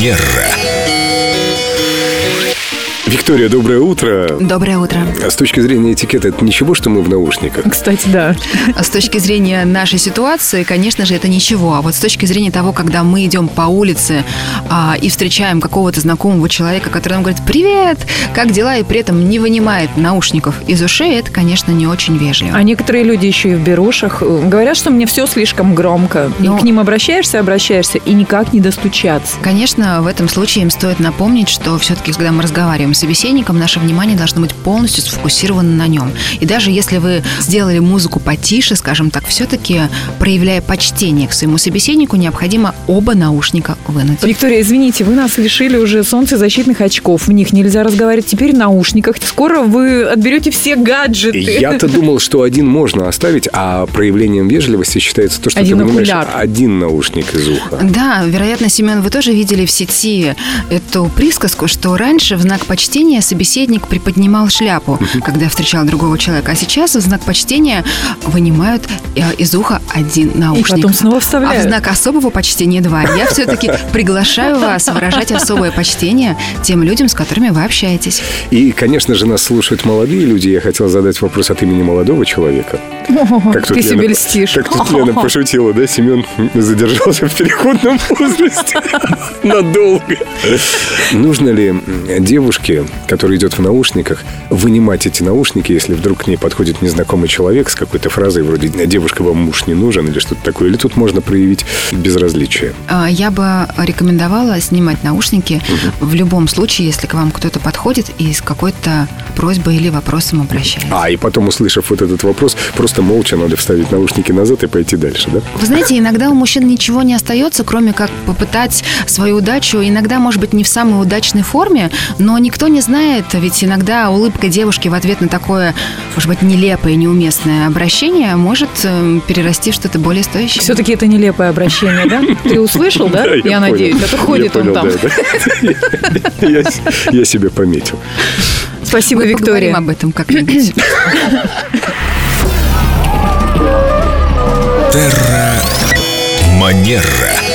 Манера. Виктория, доброе утро. Доброе утро. С точки зрения этикета, это ничего, что мы в наушниках? Кстати, да. С точки зрения нашей ситуации, конечно же, это ничего. А вот с точки зрения того, когда мы идем по улице и встречаем какого-то знакомого человека, который нам говорит «Привет! Как дела?» и при этом не вынимает наушников из ушей, это, конечно, не очень вежливо. А некоторые люди еще и в берушах говорят, что мне все слишком громко. И к ним обращаешься, и никак не достучаться. Конечно, в этом случае им стоит напомнить, что все-таки, когда мы разговариваем с собеседником, наше внимание должно быть полностью сфокусировано на нем. И даже если вы сделали музыку потише, скажем так, все-таки, проявляя почтение к своему собеседнику, необходимо оба наушника вынуть. Виктория, извините, вы нас лишили уже солнцезащитных очков. В них нельзя разговаривать. Теперь в наушниках. Скоро вы отберете все гаджеты. Я-то думал, что один можно оставить, а проявлением вежливости считается то, что один ты вынимаешь окуляр. один наушник из уха. Да, вероятно, Семен, вы тоже видели в сети эту присказку, что раньше в знак почтения собеседник приподнимал шляпу, когда встречал другого человека. А сейчас в знак почтения вынимают из уха один наушник. И потом снова вставляют. А в знак особого почтения два. Я все-таки приглашаю вас выражать особое почтение тем людям, с которыми вы общаетесь. И, конечно же, нас слушают молодые люди. Я хотел задать вопрос от имени молодого человека. Ты себе льстишь. Как тут Лена пошутила, да? Семен задержался в переходном возрасте надолго. Нужно ли девушке, которая идет в наушниках, вынимать эти наушники, если вдруг к ней подходит незнакомый человек с какой-то фразой вроде «девушка, вам муж не нужен» или что-то такое? Или тут можно проявить безразличие? Я бы рекомендовала снимать наушники в любом случае, если к вам кто-то подходит и с какой-то просьбой или вопросом обращается. И потом, услышав вот этот вопрос, просто молча надо вставить наушники назад и пойти дальше, да? Вы знаете, иногда у мужчин ничего не остается, кроме как попытать свою удачу. Иногда, может быть, не в самой удачной форме, но никто не знает, ведь иногда улыбка девушки в ответ на такое, может быть, нелепое, неуместное обращение может перерасти в что-то более стоящее. Все-таки это нелепое обращение, да? Ты услышал, да? Я надеюсь. Это ходит он там. Я себе пометил. Спасибо, Мы Виктория. поговорим об этом как-нибудь. Манера.